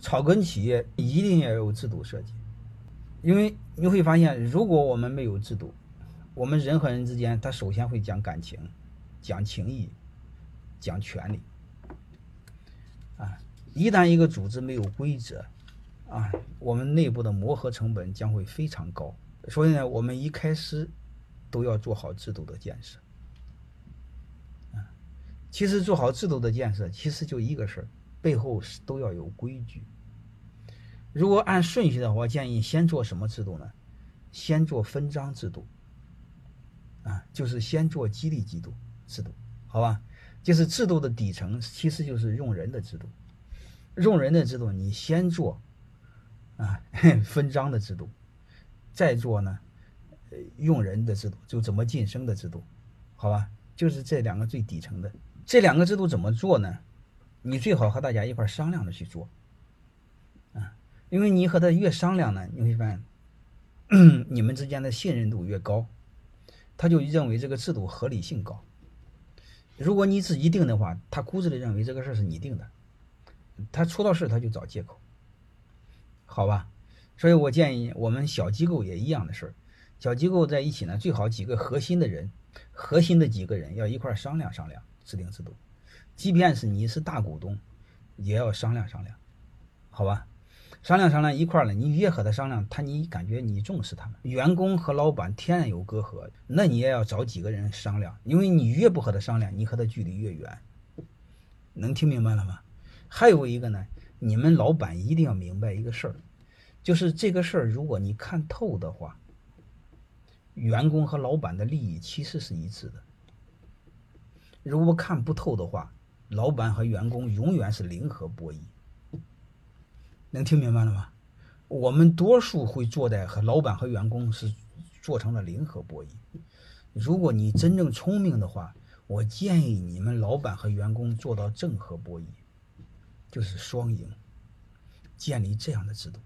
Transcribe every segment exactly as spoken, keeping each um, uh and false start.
草根企业一定要有制度设计，因为你会发现，如果我们没有制度，我们人和人之间，他首先会讲感情、讲情义、讲权利。啊，一旦一个组织没有规则，啊，我们内部的磨合成本将会非常高。所以呢，我们一开始都要做好制度的建设。啊，其实做好制度的建设，其实就一个事儿，背后都要有规矩。如果按顺序的话，我建议先做什么制度呢？先做分章制度。啊，就是先做激励制度，制度，好吧？就是制度的底层其实就是用人的制度，用人的制度你先做啊分章的制度，再做呢用人的制度，就怎么晋升的制度，好吧？就是这两个最底层的。这两个制度怎么做呢？你最好和大家一块商量着去做啊，因为你和他越商量呢，你会发现你们之间的信任度越高，他就认为这个制度合理性高。如果你自己定的话，他固执的认为这个事是你定的，他出到事他就找借口，好吧？所以我建议我们小机构也一样的事儿，小机构在一起呢，最好几个核心的人，核心的几个人要一块商量商量，制定制度。即便是你是大股东，也要商量商量，好吧？商量商量一块儿了，你越和他商量，他你感觉你重视他们。员工和老板天然有隔阂，那你也要找几个人商量，因为你越不和他商量，你和他距离越远。能听明白了吗？还有一个呢，你们老板一定要明白一个事儿，就是这个事儿如果你看透的话，员工和老板的利益其实是一致的。如果看不透的话，老板和员工永远是零和博弈。能听明白了吗？我们多数会做在和老板和员工是做成了零和博弈。如果你真正聪明的话，我建议你们老板和员工做到正和博弈，就是双赢，建立这样的制度。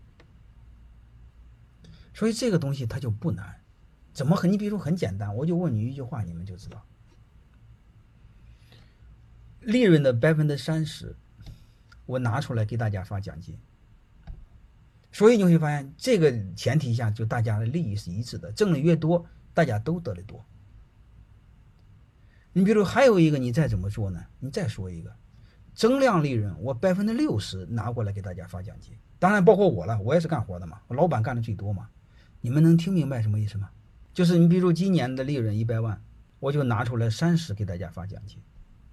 所以这个东西它就不难，怎么很？你比如说很简单，我就问你一句话，你们就知道，利润的百分之三十，我拿出来给大家发奖金。所以你会发现，这个前提下，就大家的利益是一致的，挣的越多，大家都得的多。你比如还有一个，你再怎么做呢？你再说一个，增量利润，我百分之六十拿过来给大家发奖金，当然包括我了，我也是干活的嘛，我老板干的最多嘛。你们能听明白什么意思吗？就是你比如今年的利润一百万，我就拿出来三十给大家发奖金。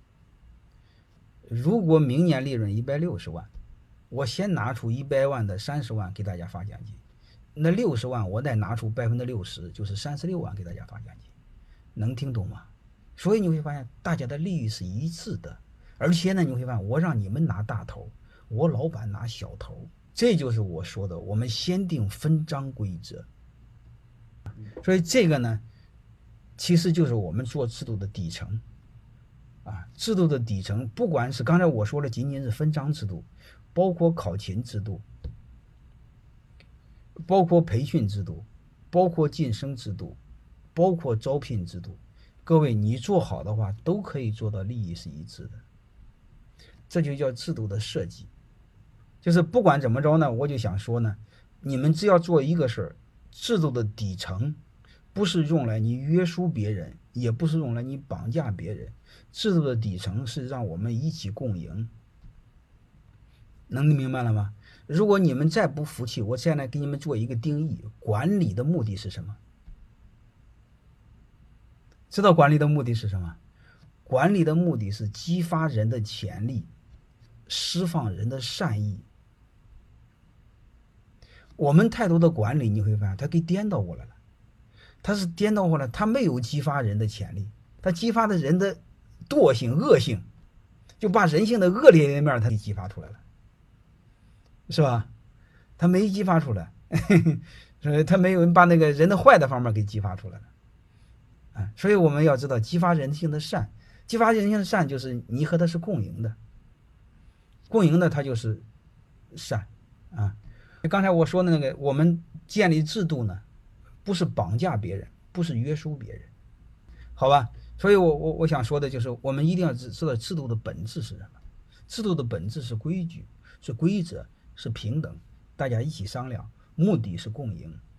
如果明年利润一百六十万，我先拿出一百万的三十万给大家发奖金，那六十万我再拿出百分之六十，就是三十六万给大家发奖金，能听懂吗？所以你会发现大家的利益是一致的，而且呢，你会发现我让你们拿大头，我老板拿小头，这就是我说的，我们先定分章规则。所以这个呢，其实就是我们做制度的底层。啊，制度的底层，不管是刚才我说的仅仅是分章制度，包括考勤制度，包括培训制度，包括晋升制度，包括招聘制度，各位你做好的话，都可以做到利益是一致的。这就叫制度的设计。就是不管怎么着呢，我就想说呢，你们只要做一个事儿，制度的底层不是用来你约束别人，也不是用来你绑架别人，制度的底层是让我们一起共赢。能明白了吗？如果你们再不服气，我现在给你们做一个定义，管理的目的是什么？知道管理的目的是什么？管理的目的是激发人的潜力，释放人的善意。我们太多的管理，你会发现它给颠倒过来了，它是颠倒过来，它没有激发人的潜力，它激发的人的惰性、恶性，就把人性的恶劣的面它给激发出来了，是吧？它没激发出来，所以它没有把那个人的坏的方面给激发出来了。啊，所以我们要知道，激发人性的善，激发人性的善就是你和他是共赢的，共赢的他就是善啊。刚才我说的那个，我们建立制度呢，不是绑架别人，不是约束别人，好吧？所以我我我想说的就是，我们一定要知知道制度的本质是什么。制度的本质是规矩，是规则， 是平等，大家一起商量，目的是共赢。